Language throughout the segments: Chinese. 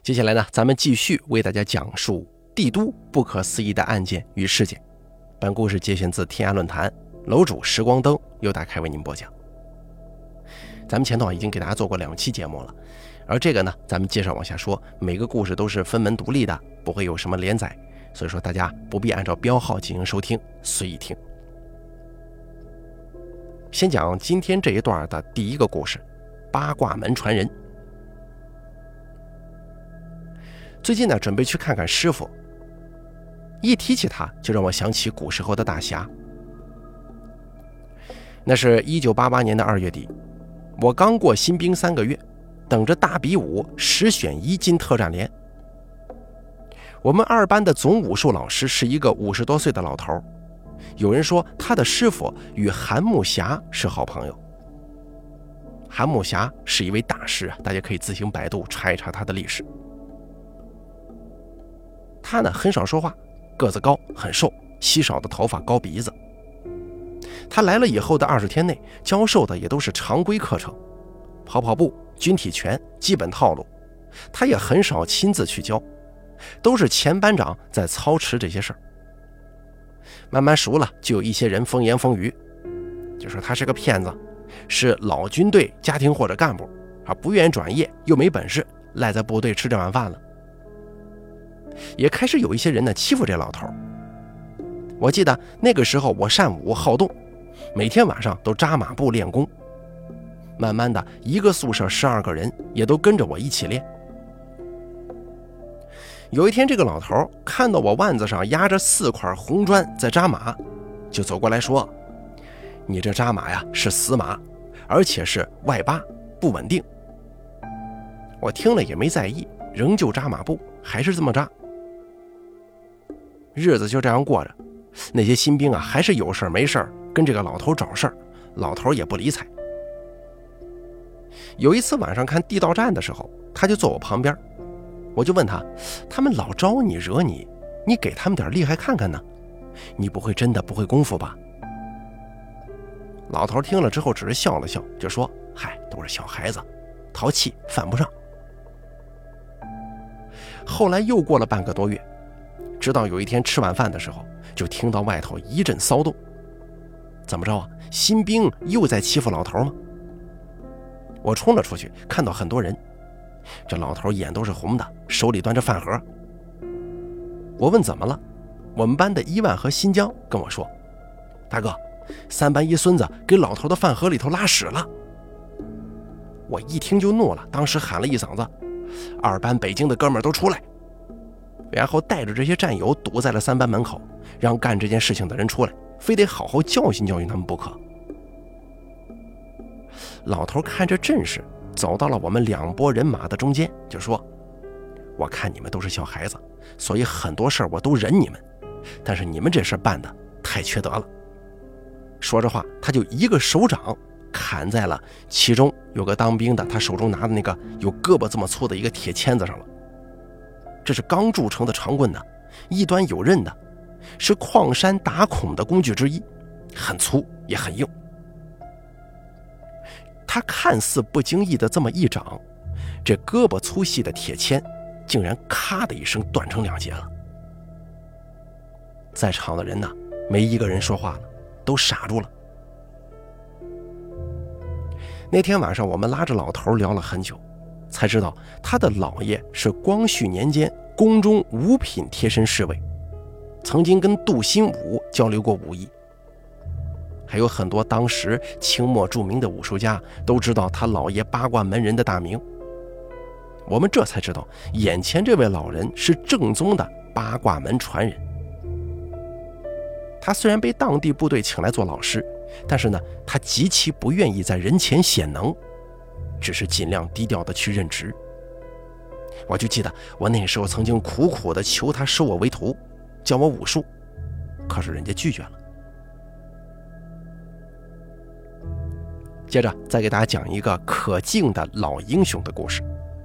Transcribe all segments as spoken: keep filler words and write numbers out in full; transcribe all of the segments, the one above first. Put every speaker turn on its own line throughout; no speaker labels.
接下来呢，咱们继续为大家讲述帝都不可思议的案件与事件。本故事节选自天涯论坛，楼主时光灯由打开为您播讲。咱们前头已经给大家做过两期节目了，而这个呢，咱们接着往下说，每个故事都是分门独立的，不会有什么连载，所以说大家不必按照标号进行收听，随意听。先讲今天这一段的第一个故事，八卦门传人。最近呢，准备去看看师傅，一提起他就让我想起古时候的大侠。那是一九八八年的二月底，我刚过新兵三个月，等着大比武十选一进特战连。我们二班的总武术老师是一个五十多岁的老头，有人说他的师傅与韩木侠是好朋友。韩木侠是一位大师啊，大家可以自行百度查一查他的历史。他呢很少说话，个子高，很瘦，稀少的头发，高鼻子。他来了以后的二十天内，教授的也都是常规课程，跑跑步、军体拳，基本套路。他也很少亲自去教，都是前班长在操持这些事儿。慢慢熟了，就有一些人风言风语，就说他是个骗子，是老军队家庭或者干部啊，不愿意转业，又没本事，赖在部队吃这碗饭了。也开始有一些人呢欺负这老头。我记得那个时候我善舞好动，每天晚上都扎马步练功。慢慢的，一个宿舍十二个人也都跟着我一起练。有一天，这个老头看到我腕子上压着四块红砖在扎马，就走过来说：“你这扎马呀是死马，而且是外八，不稳定。”我听了也没在意，仍旧扎马步，还是这么扎。日子就这样过着，那些新兵啊还是有事没事跟这个老头找事儿，老头也不理睬。有一次晚上看地道战的时候，他就坐我旁边，我就问他，他们老招你惹你，你给他们点厉害看看呢？你不会真的不会功夫吧？老头听了之后只是笑了笑，就说：“嗨，都是小孩子，淘气，犯不上。”后来又过了半个多月，直到有一天吃晚饭的时候，就听到外头一阵骚动。怎么着啊？新兵又在欺负老头吗？我冲了出去，看到很多人，这老头眼都是红的，手里端着饭盒。我问怎么了，我们班的伊万和新疆跟我说：“大哥，三班一孙子给老头的饭盒里头拉屎了。”我一听就怒了，当时喊了一嗓子：“二班北京的哥们儿都出来！”然后带着这些战友堵在了三班门口，让干这件事情的人出来，非得好好教训教训他们不可。老头看着阵势，走到了我们两拨人马的中间，就说：“我看你们都是小孩子，所以很多事儿我都忍你们，但是你们这事办的太缺德了。”说着话，他就一个手掌砍在了其中有个当兵的，他手中拿的那个有胳膊这么粗的一个铁签子上了。这是钢铸成的长棍呢，一端有刃的，是矿山打孔的工具之一，很粗也很硬。他看似不经意的这么一掌，这胳膊粗细的铁签竟然咔的一声断成两截了。在场的人呢，没一个人说话了，都傻住了。那天晚上我们拉着老头聊了很久，才知道他的姥爷是光绪年间宫中五品贴身侍卫，曾经跟杜新武交流过武艺。还有很多当时清末著名的武术家都知道他姥爷八卦门人的大名。我们这才知道，眼前这位老人是正宗的八卦门传人。他虽然被当地部队请来做老师，但是呢，他极其不愿意在人前显能，只是尽量低调的去任职。我就记得我那时候曾经苦苦的求他收我为徒，教我武术，可是人家拒绝了。接着再给大家讲一个可敬的老英雄的故事。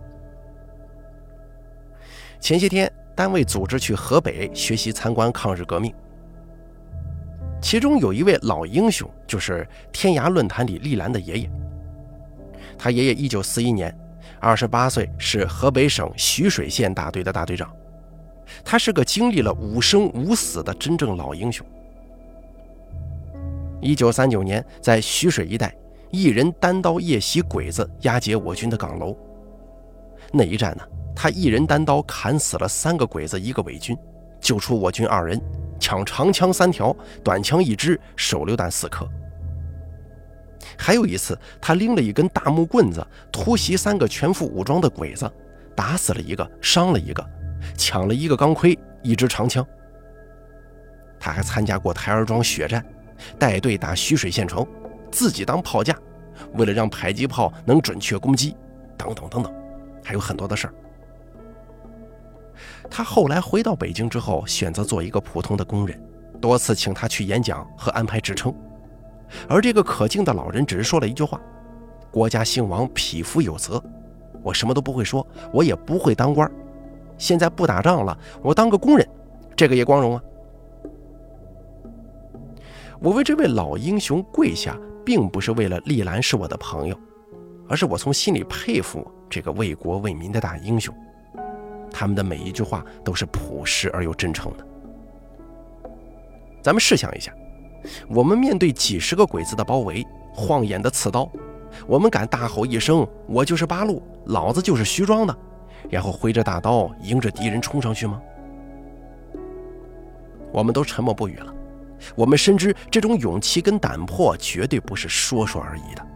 前些天单位组织去河北学习参观抗日革命，其中有一位老英雄，就是天涯论坛里丽兰的爷爷。他爷爷一九四一年二十八岁，是河北省徐水县大队的大队长。他是个经历了五生五死的真正老英雄。一九三九年，在徐水一带，一人单刀夜袭鬼子，押解我军的岗楼。那一战呢，他一人单刀砍死了三个鬼子，一个伪军，救出我军二人，抢长枪三条，短枪一支，手榴弹四颗。还有一次，他拎了一根大木棍子，突袭三个全副武装的鬼子，打死了一个，伤了一个，抢了一个钢盔，一支长枪。他还参加过台儿庄血战，带队打徐水县城，自己当炮架，为了让迫击炮能准确攻击，等等等等，还有很多的事儿。他后来回到北京之后，选择做一个普通的工人，多次请他去演讲和安排职称。而这个可敬的老人只是说了一句话：国家兴亡，匹夫有责。我什么都不会说，我也不会当官，现在不打仗了，我当个工人，这个也光荣啊。我为这位老英雄跪下，并不是为了丽兰是我的朋友，而是我从心里佩服这个为国为民的大英雄。他们的每一句话都是朴实而又真诚的。咱们试想一下，我们面对几十个鬼子的包围，晃眼的刺刀，我们敢大吼一声我就是八路，老子就是徐庄的，然后挥着大刀迎着敌人冲上去吗？我们都沉默不语了。我们深知这种勇气跟胆魄绝对不是说说而已的。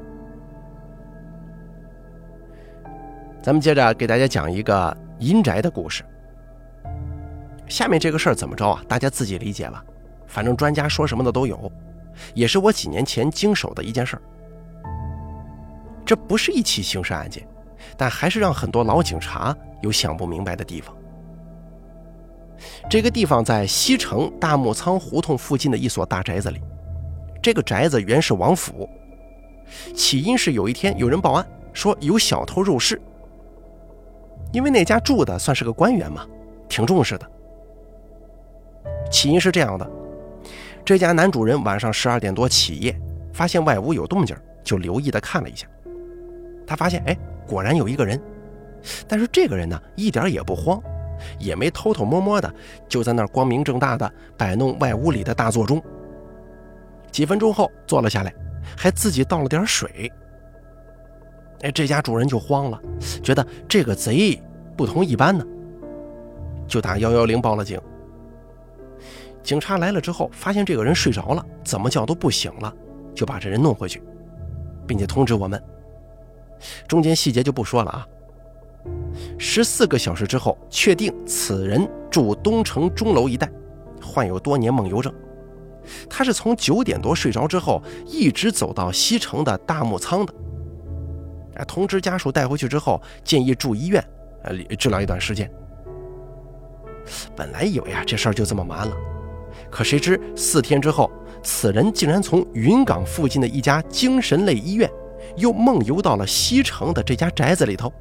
咱们接着给大家讲一个阴宅的故事。下面这个事儿怎么着啊，大家自己理解吧，反正专家说什么的都有，也是我几年前经手的一件事儿。这不是一起刑事案件，但还是让很多老警察有想不明白的地方。这个地方在西城大木仓胡同附近的一所大宅子里，这个宅子原是王府。起因是有一天有人报案说有小偷入室，因为那家住的算是个官员嘛，挺重视的。起因是这样的，这家男主人晚上十二点多起夜，发现外屋有动静，就留意的看了一下。他发现哎，果然有一个人，但是这个人呢一点也不慌，也没偷偷摸摸的，就在那儿光明正大的摆弄外屋里的大座钟。几分钟后坐了下来，还自己倒了点水。哎，这家主人就慌了，觉得这个贼不同一般呢，就打一一零报了警。警察来了之后，发现这个人睡着了，怎么叫都不醒了，就把这人弄回去，并且通知我们。中间细节就不说了啊。十四个小时之后，确定此人住东城钟楼一带，患有多年梦游症。他是从九点多睡着之后，一直走到西城的大木仓的。通知家属带回去之后，建议住医院治疗一段时间。本来以为啊这事儿就这么完了，可谁知四天之后，此人竟然从云岗附近的一家精神类医院又梦游到了西城的这家宅子里头。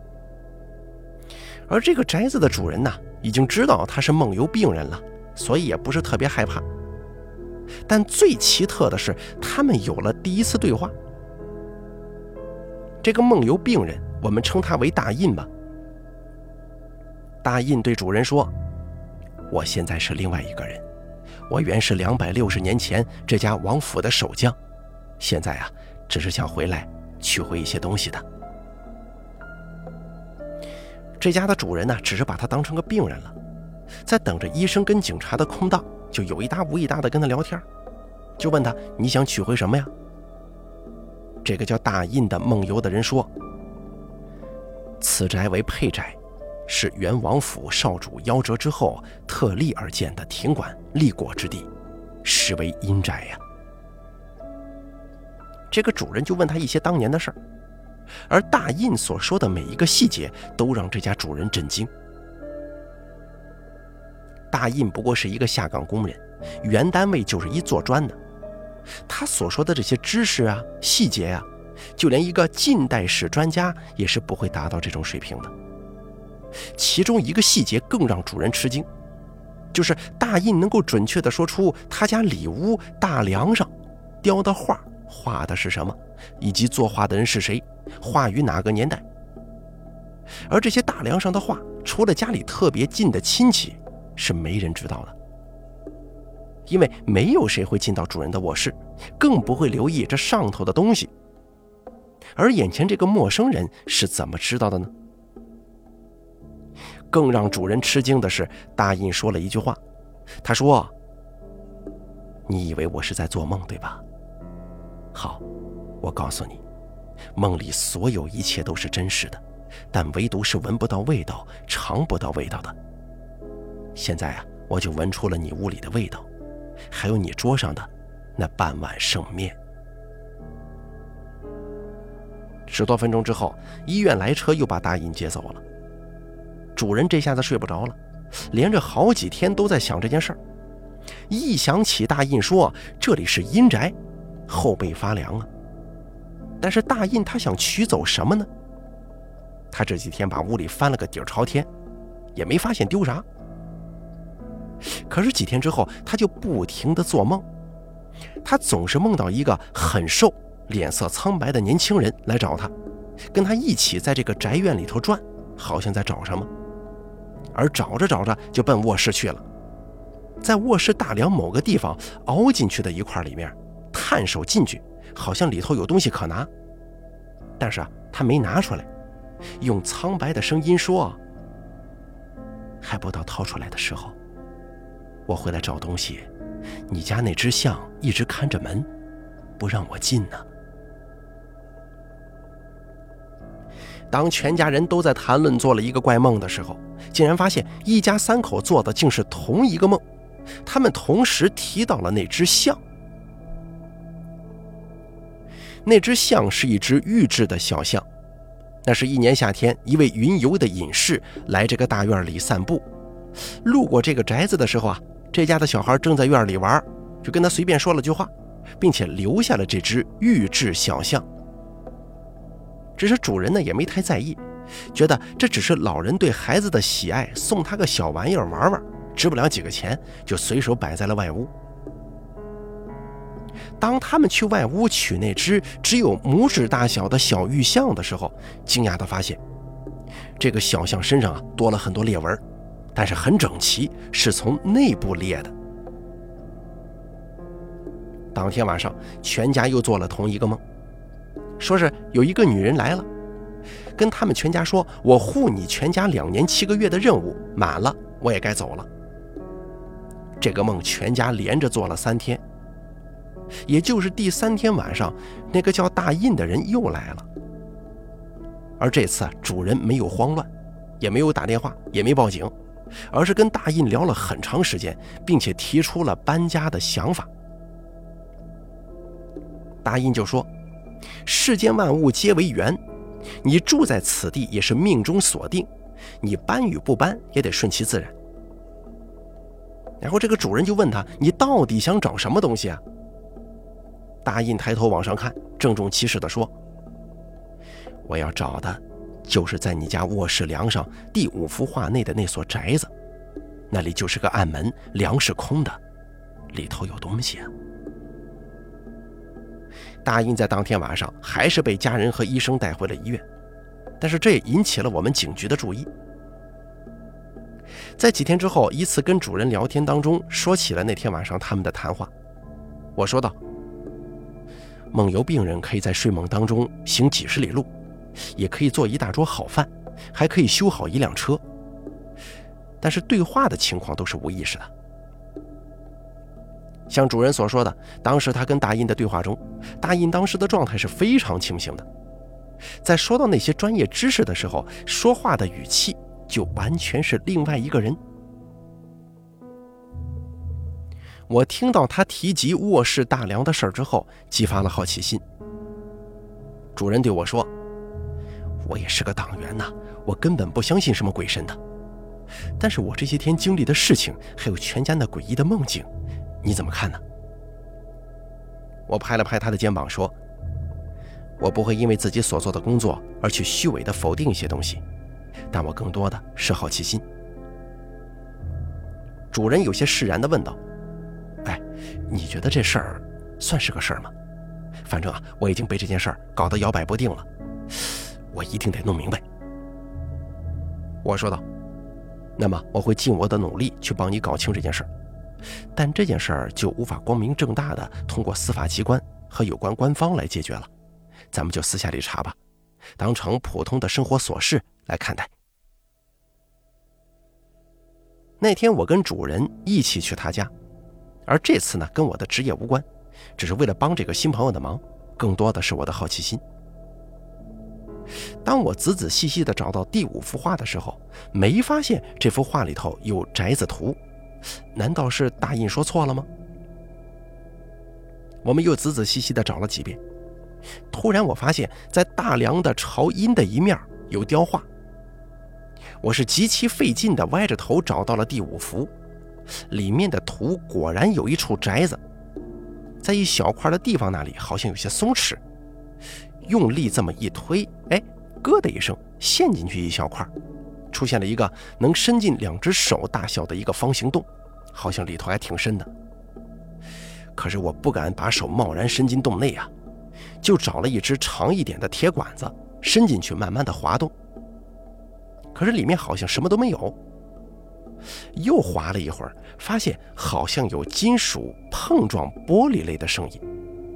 而这个宅子的主人呢，已经知道他是梦游病人了，所以也不是特别害怕。但最奇特的是，他们有了第一次对话。这个梦游病人，我们称他为大印吧。大印对主人说：我现在是另外一个人，我原是两百六十年前这家王府的守将，现在啊，只是想回来取回一些东西的。这家的主人呢，只是把他当成个病人了，在等着医生跟警察的空档，就有一搭无一搭的跟他聊天，就问他：你想取回什么呀？这个叫大印的梦游的人说：此宅为配宅，是原王府少主夭折之后特立而建的庭馆立果之地，实为阴宅呀。这个主人就问他一些当年的事儿，而大印所说的每一个细节都让这家主人震惊。大印不过是一个下岗工人，原单位就是一做砖的，他所说的这些知识啊、细节啊，就连一个近代史专家也是不会达到这种水平的。其中一个细节更让主人吃惊，就是大印能够准确地说出他家里屋大梁上雕的画画的是什么，以及作画的人是谁，画于哪个年代， 而这些大梁上的画，除了家里特别近的亲戚，是没人知道的。因为没有谁会进到主人的卧室，更不会留意这上头的东西。而眼前这个陌生人是怎么知道的呢？更让主人吃惊的是，大印说了一句话，他说：你以为我是在做梦，对吧？好，我告诉你，梦里所有一切都是真实的，但唯独是闻不到味道，尝不到味道的。现在啊，我就闻出了你屋里的味道，还有你桌上的那半碗剩面。十多分钟之后，医院来车又把大印接走了。主人这下子睡不着了，连着好几天都在想这件事儿。一想起大印说这里是阴宅，后背发凉啊。但是大印他想取走什么呢？他这几天把屋里翻了个底儿朝天，也没发现丢啥。可是几天之后，他就不停地做梦，他总是梦到一个很瘦、脸色苍白的年轻人来找他，跟他一起在这个宅院里头转，好像在找什么。而找着找着就奔卧室去了，在卧室大梁某个地方凹进去的一块里面，探手进去，好像里头有东西可拿，但是啊，他没拿出来，用苍白的声音说：还不到掏出来的时候，我回来找东西，你家那只象一直看着门，不让我进呢。当全家人都在谈论做了一个怪梦的时候，竟然发现一家三口做的竟是同一个梦，他们同时提到了那只象。那只象是一只玉制的小象，那是一年夏天，一位云游的隐士来这个大院里散步，路过这个宅子的时候啊，这家的小孩正在院里玩，就跟他随便说了句话，并且留下了这只玉制小象。只是主人呢也没太在意，觉得这只是老人对孩子的喜爱，送他个小玩意儿玩玩，值不了几个钱，就随手摆在了外屋。当他们去外屋取那只只有拇指大小的小玉象的时候，惊讶地发现这个小象身上啊多了很多裂纹，但是很整齐，是从内部裂的。当天晚上，全家又做了同一个梦，说是有一个女人来了，跟他们全家说：我护你全家两年七个月的任务满了，我也该走了。这个梦全家连着做了三天，也就是第三天晚上，那个叫大印的人又来了。而这次主人没有慌乱，也没有打电话，也没报警，而是跟大印聊了很长时间，并且提出了搬家的想法。大印就说：世间万物皆为缘，你住在此地也是命中所定，你搬与不搬也得顺其自然。然后这个主人就问他：你到底想找什么东西啊？大印抬头往上看，郑重其事地说：我要找的就是在你家卧室梁上第五幅画内的那所宅子，那里就是个暗门，梁是空的，里头有东西啊。大印在当天晚上还是被家人和医生带回了医院，但是这也引起了我们警局的注意。在几天之后，一次跟主人聊天当中，说起了那天晚上他们的谈话。我说道：梦游病人可以在睡梦当中行几十里路，也可以做一大桌好饭，还可以修好一辆车，但是对话的情况都是无意识的。像主人所说的，当时他跟大印的对话中，大印当时的状态是非常清醒的，在说到那些专业知识的时候，说话的语气就完全是另外一个人。我听到他提及卧室大梁的事儿之后，激发了好奇心。主人对我说：我也是个党员呐，我根本不相信什么鬼神的，但是我这些天经历的事情，还有全家那诡异的梦境，你怎么看呢？我拍了拍他的肩膀说：我不会因为自己所做的工作而去虚伪地否定一些东西，但我更多的是好奇心。主人有些释然地问道：哎，你觉得这事儿算是个事儿吗？反正啊，我已经被这件事儿搞得摇摆不定了，我一定得弄明白。 我说道：“那么我会尽我的努力去帮你搞清这件事儿，但这件事儿就无法光明正大的通过司法机关和有关官方来解决了，咱们就私下里查吧，当成普通的生活琐事来看待。”那天我跟主人一起去他家，而这次呢跟我的职业无关，只是为了帮这个新朋友的忙，更多的是我的好奇心。当我仔仔细细地找到第五幅画的时候，没发现这幅画里头有宅子图，难道是大印说错了吗？我们又仔仔细细地找了几遍，突然我发现在大梁的朝阴的一面有雕画。我是极其费劲地歪着头找到了第五幅，里面的图果然有一处宅子，在一小块的地方那里好像有些松弛，用力这么一推，哎，咯的一声陷进去一小块，出现了一个能伸进两只手大小的一个方形洞，好像里头还挺深的。可是我不敢把手贸然伸进洞内啊，就找了一只长一点的铁管子伸进去慢慢的滑动，可是里面好像什么都没有。又滑了一会儿，发现好像有金属碰撞玻璃类的声音。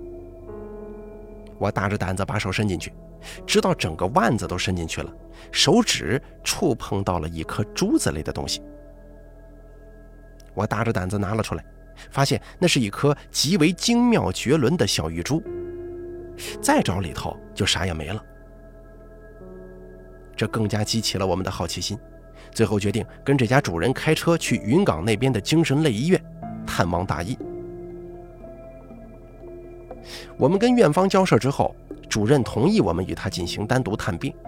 我大着胆子把手伸进去，直到整个腕子都伸进去了，手指触碰到了一颗珠子类的东西。我大着胆子拿了出来，发现那是一颗极为精妙绝伦的小玉珠，再找里头就啥也没了。这更加激起了我们的好奇心，最后决定跟这家主人开车去云冈那边的精神类医院探望大印。我们跟院方交涉之后，主任同意我们与他进行单独探病。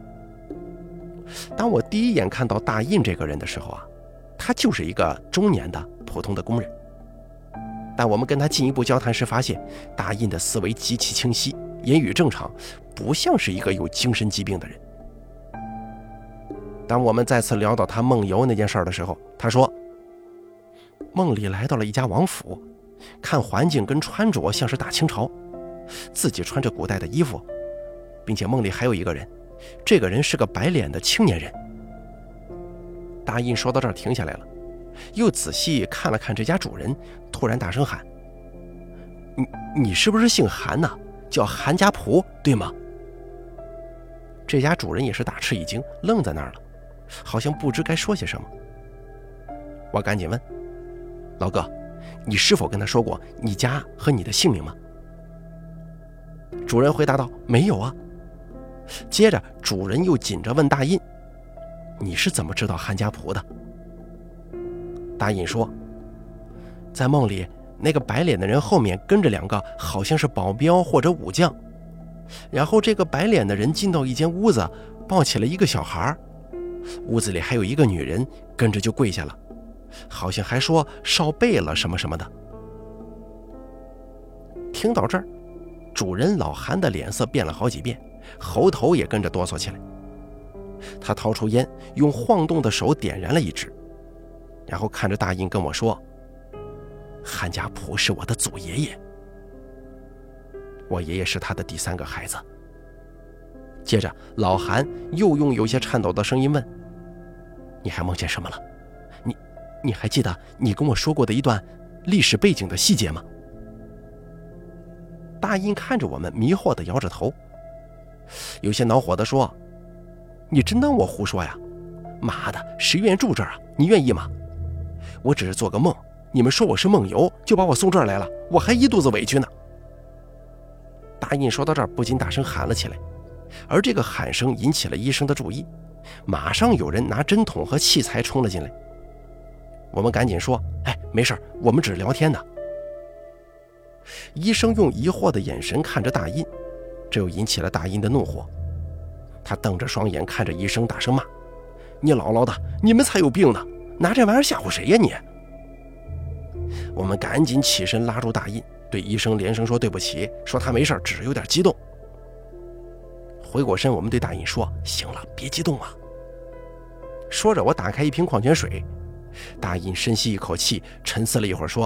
当我第一眼看到大印这个人的时候啊，他就是一个中年的普通的工人，但我们跟他进一步交谈时发现，大印的思维极其清晰，言语正常，不像是一个有精神疾病的人。当我们再次聊到他梦游那件事的时候，他说梦里来到了一家王府，看环境跟穿着像是大清朝，自己穿着古代的衣服，并且梦里还有一个人，这个人是个白脸的青年人。大印说到这儿停下来了，又仔细看了看这家主人，突然大声喊：你你是不是姓韩呢？叫韩家仆对吗？这家主人也是大吃一惊，愣在那儿了，好像不知该说些什么。我赶紧问：老哥，你是否跟他说过你家和你的姓名吗？主人回答道：没有啊。接着主人又紧着问大印：你是怎么知道韩家仆的？大印说：在梦里那个白脸的人后面跟着两个好像是保镖或者武将，然后这个白脸的人进到一间屋子，抱起了一个小孩，屋子里还有一个女人跟着就跪下了，好像还说烧背了什么什么的。听到这儿，主人老韩的脸色变了好几遍，喉头也跟着哆嗦起来。他掏出烟，用晃动的手点燃了一支，然后看着大印跟我说：韩家仆是我的祖爷爷，我爷爷是他的第三个孩子。接着老韩又用有些颤抖的声音问：你还梦见什么了？你你还记得你跟我说过的一段历史背景的细节吗？大印看着我们，迷惑地摇着头，有些恼火地说：你真当我胡说呀？妈的，谁愿意住这儿啊？你愿意吗？我只是做个梦，你们说我是梦游，就把我送这儿来了，我还一肚子委屈呢。大印说到这儿，不禁大声喊了起来，而这个喊声引起了医生的注意，马上有人拿针筒和器材冲了进来。我们赶紧说：哎，没事，我们只是聊天呢。医生用疑惑的眼神看着大印，这又引起了大印的怒火。他瞪着双眼看着医生，大声骂：你姥姥的，你们才有病呢，拿这玩意儿吓唬谁呀你？我们赶紧起身拉住大印，对医生连声说对不起，说他没事，只是有点激动。回过身，我们对大印说：行了，别激动啊。说着我打开一瓶矿泉水，大印深吸一口气，沉思了一会儿说：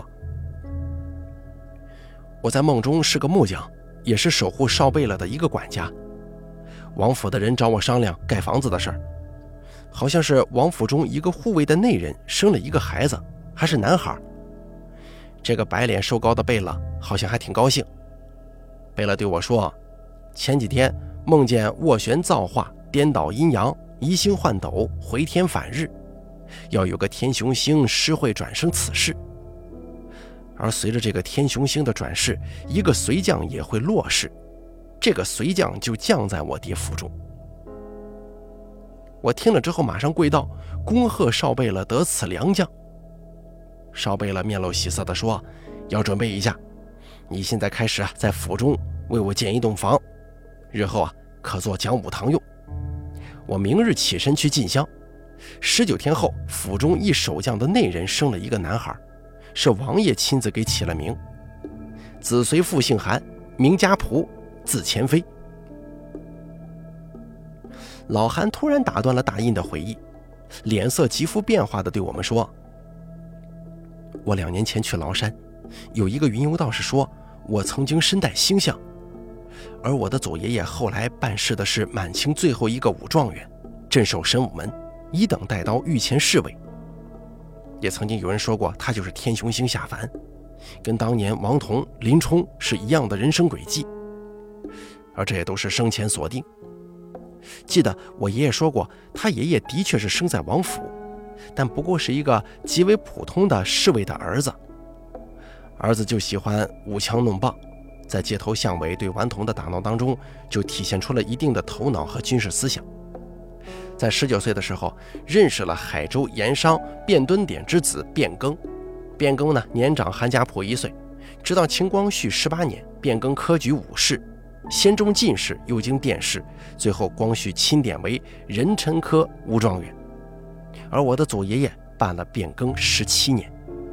我在梦中是个木匠，也是守护烧贝勒的一个管家。王府的人找我商量盖房子的事儿， 好像是王府中一个护卫的内人生了一个孩子，还是男孩。这个白脸瘦高的贝勒好像还挺高兴。贝勒对我说，前几天梦见斡旋造化，颠倒阴阳，移星换斗，回天返日，要有个天雄星施会转生此事。而随着这个天雄星的转世，一个随将也会落世，这个随将就降在我爹府中。我听了之后马上跪道，恭贺少贝勒得此良将。少贝勒面露喜色地说，要准备一下，你现在开始啊，在府中为我建一栋房，日后啊可做讲武堂用。我明日起身去进香，十九天后，府中一守将的内人生了一个男孩，是王爷亲自给起了名，子随父姓韩，名家仆，字钱飞。老韩突然打断了大印的回忆，脸色极幅变化地对我们说，我两年前去崂山，有一个云游道士说我曾经身带星象，而我的祖爷爷后来办事的是满清最后一个武状元，镇守神武门，一等带刀御前侍卫。也曾经有人说过他就是天雄星下凡，跟当年王彤、林冲是一样的人生轨迹，而这也都是生前所定。记得我爷爷说过，他爷爷的确是生在王府，但不过是一个极为普通的侍卫的儿子。儿子就喜欢舞枪弄棒，在街头巷尾对顽童的打闹当中，就体现出了一定的头脑和军事思想。在十九岁的时候，认识了海州盐商卞敦典之子卞耕。卞耕呢，年长韩家仆一岁，直到清光绪十八年，卞耕科举武士，先中进士，又经殿试，最后光绪钦点为壬辰科武状元。而我的祖爷爷办了卞耕十七年。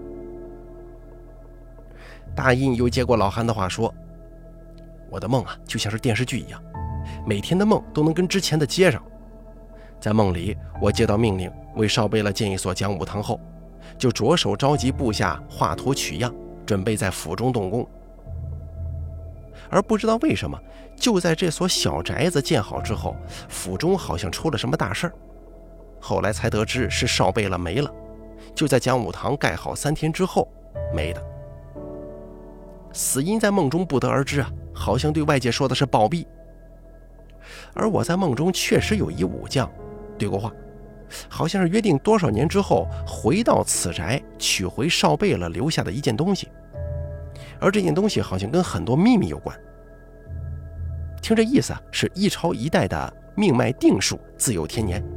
大印又接过老韩的话说，我的梦啊，就像是电视剧一样，每天的梦都能跟之前的接上。在梦里，我接到命令为少贝勒建一所讲武堂后，就着手召集部下画图取样，准备在府中动工。而不知道为什么，就在这所小宅子建好之后，府中好像出了什么大事儿。后来才得知是少贝勒没了，就在讲武堂盖好三天之后没的。死因在梦中不得而知啊，好像对外界说的是暴毙。而我在梦中确实有一武将对过话，好像是约定多少年之后回到此宅取回少贝勒留下的一件东西，而这件东西好像跟很多秘密有关。听这意思啊，是一朝一代的命脉定数，自有天年。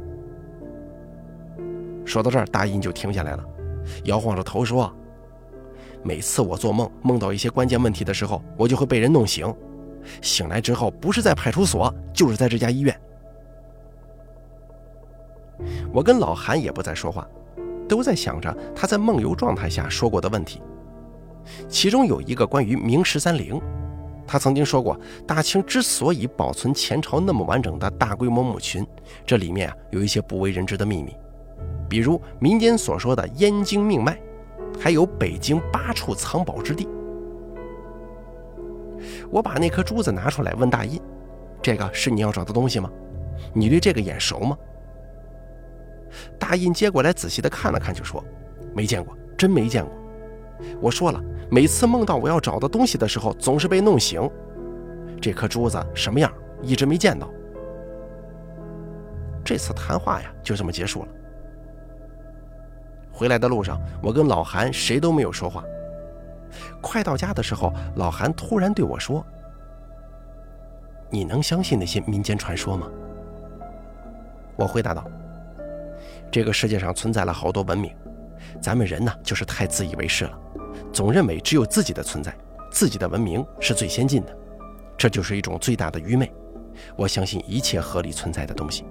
说到这儿，大印就停下来了，摇晃着头说，每次我做梦梦到一些关键问题的时候，我就会被人弄醒，醒来之后不是在派出所，就是在这家医院。我跟老韩也不再说话，都在想着他在梦游状态下说过的问题。其中有一个关于明十三陵，他曾经说过，大清之所以保存前朝那么完整的大规模墓群，这里面啊有一些不为人知的秘密，比如民间所说的燕京命脉，还有北京八处藏宝之地。我把那颗珠子拿出来问大印，这个是你要找的东西吗？你对这个眼熟吗？大印接过来仔细的看了看，就说，没见过，真没见过。我说了，每次梦到我要找的东西的时候，总是被弄醒。这颗珠子什么样，一直没见到。这次谈话呀，就这么结束了。回来的路上，我跟老韩谁都没有说话。快到家的时候，老韩突然对我说，你能相信那些民间传说吗？我回答道，这个世界上存在了好多文明，咱们人呢就是太自以为是了，总认为只有自己的存在，自己的文明是最先进的，这就是一种最大的愚昧。我相信一切合理存在的东西。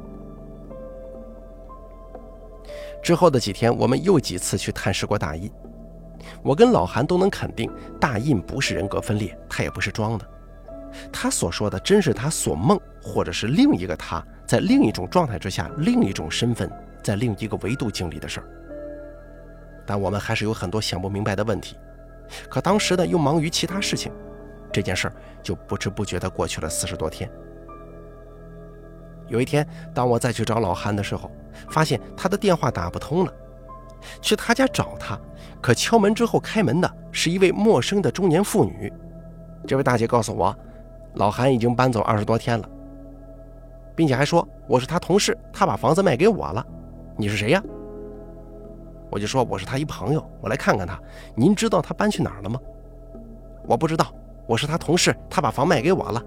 之后的几天，我们又几次去探视过大印，我跟老韩都能肯定，大印不是人格分裂，他也不是装的，他所说的真是他所梦，或者是另一个他在另一种状态之下，另一种身份，在另一个维度经历的事儿。但我们还是有很多想不明白的问题，可当时呢又忙于其他事情，这件事儿就不知不觉地过去了四十多天。 有一天，当我再去找老韩的时候，发现他的电话打不通了。去他家找他，可敲门之后开门的是一位陌生的中年妇女。这位大姐告诉我，老韩已经搬走二十多天了，并且还说我是他同事，他把房子卖给我了。你是谁呀？我就说我是他一朋友，我来看看他。您知道他搬去哪儿了吗？我不知道，我是他同事，他把房卖给我了。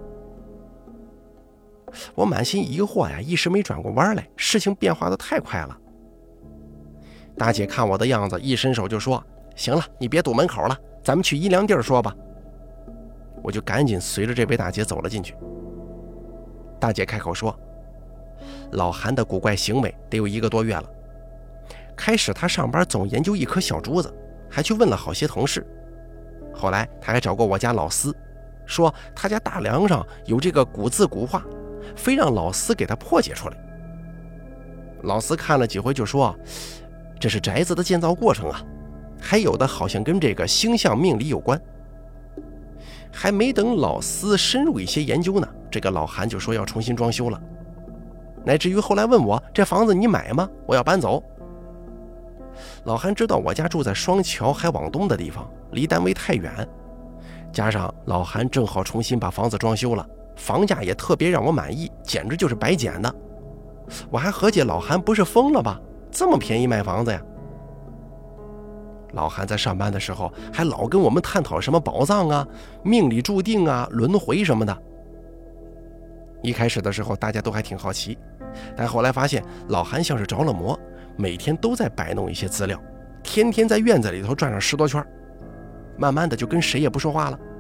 我满心疑惑呀，一时没转过弯来，事情变化的太快了。大姐看我的样子，一伸手就说：行了，你别堵门口了，咱们去阴凉地儿说吧。我就赶紧随着这位大姐走了进去。大姐开口说，老韩的古怪行为得有一个多月了。开始他上班总研究一颗小珠子，还去问了好些同事。后来他还找过我家老司，说他家大梁上有这个古字古画，非让老司给他破解出来。老司看了几回就说，这是宅子的建造过程啊，还有的好像跟这个星象命理有关。还没等老司深入一些研究呢，这个老韩就说要重新装修了，乃至于后来问我，这房子你买吗？我要搬走。老韩知道我家住在双桥还往东的地方，离单位太远，加上老韩正好重新把房子装修了，房价也特别让我满意，简直就是白捡的。我还合计老韩不是疯了吧，这么便宜卖房子呀。老韩在上班的时候还老跟我们探讨什么宝藏啊、命里注定啊、轮回什么的。一开始的时候大家都还挺好奇，但后来发现老韩像是着了魔，每天都在摆弄一些资料，天天在院子里头转上十多圈，慢慢的就跟谁也不说话了。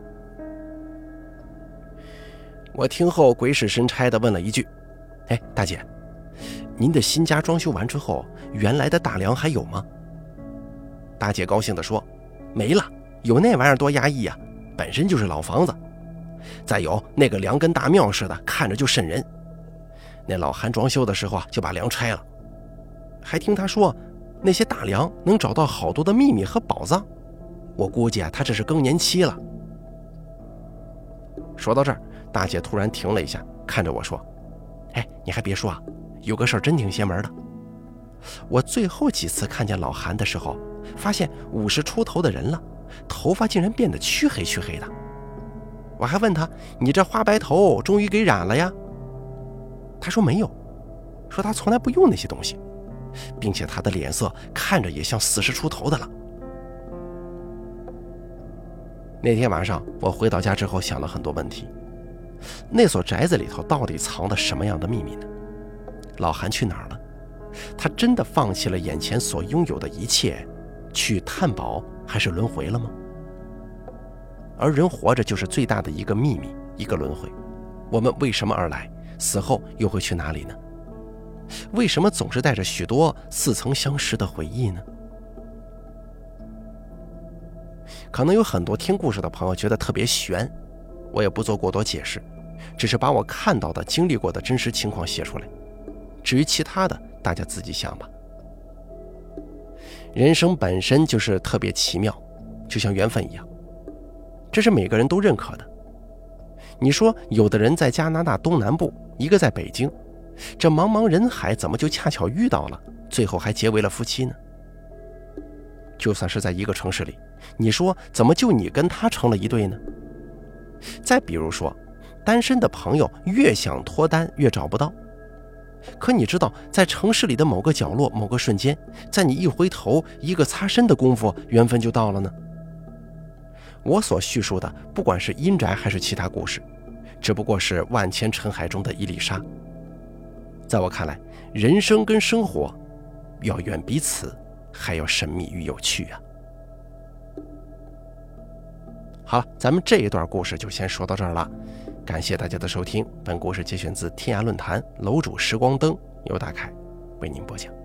我听后鬼使神差的问了一句，哎，大姐，您的新家装修完之后，原来的大梁还有吗？大姐高兴地说，没了，有那玩意儿多压抑呀，本身就是老房子。再有那个梁跟大庙似的，看着就瘆人。那老韩装修的时候啊，就把梁拆了。还听他说，那些大梁能找到好多的秘密和宝藏。我估计啊，他这是更年期了。说到这儿，大姐突然停了一下，看着我说，哎，你还别说啊，有个事儿真挺邪门的。我最后几次看见老韩的时候，发现五十出头的人了，头发竟然变得黢黑黢黑的。我还问他，你这花白头终于给染了呀？他说没有，说他从来不用那些东西，并且他的脸色看着也像四十出头的了。那天晚上我回到家之后想了很多问题，那所宅子里头到底藏的什么样的秘密呢？老韩去哪儿了？他真的放弃了眼前所拥有的一切，去探宝还是轮回了吗？而人活着就是最大的一个秘密，一个轮回。我们为什么而来？死后又会去哪里呢？为什么总是带着许多似曾相识的回忆呢？可能有很多听故事的朋友觉得特别悬，我也不做过多解释，只是把我看到的、经历过的真实情况写出来。至于其他的，大家自己想吧。人生本身就是特别奇妙，就像缘分一样，这是每个人都认可的。你说有的人在加拿大东南部，一个在北京，这茫茫人海怎么就恰巧遇到了，最后还结为了夫妻呢？就算是在一个城市里，你说怎么就你跟他成了一对呢？再比如说，单身的朋友越想脱单越找不到，可你知道在城市里的某个角落某个瞬间，在你一回头一个擦身的功夫，缘分就到了呢？我所叙述的不管是阴宅还是其他故事，只不过是万千尘海中的一粒沙。在我看来，人生跟生活要远比此还要神秘与有趣啊。好了，咱们这一段故事就先说到这儿了，感谢大家的收听。本故事节选自天涯论坛楼主时光灯，由大凯为您播讲。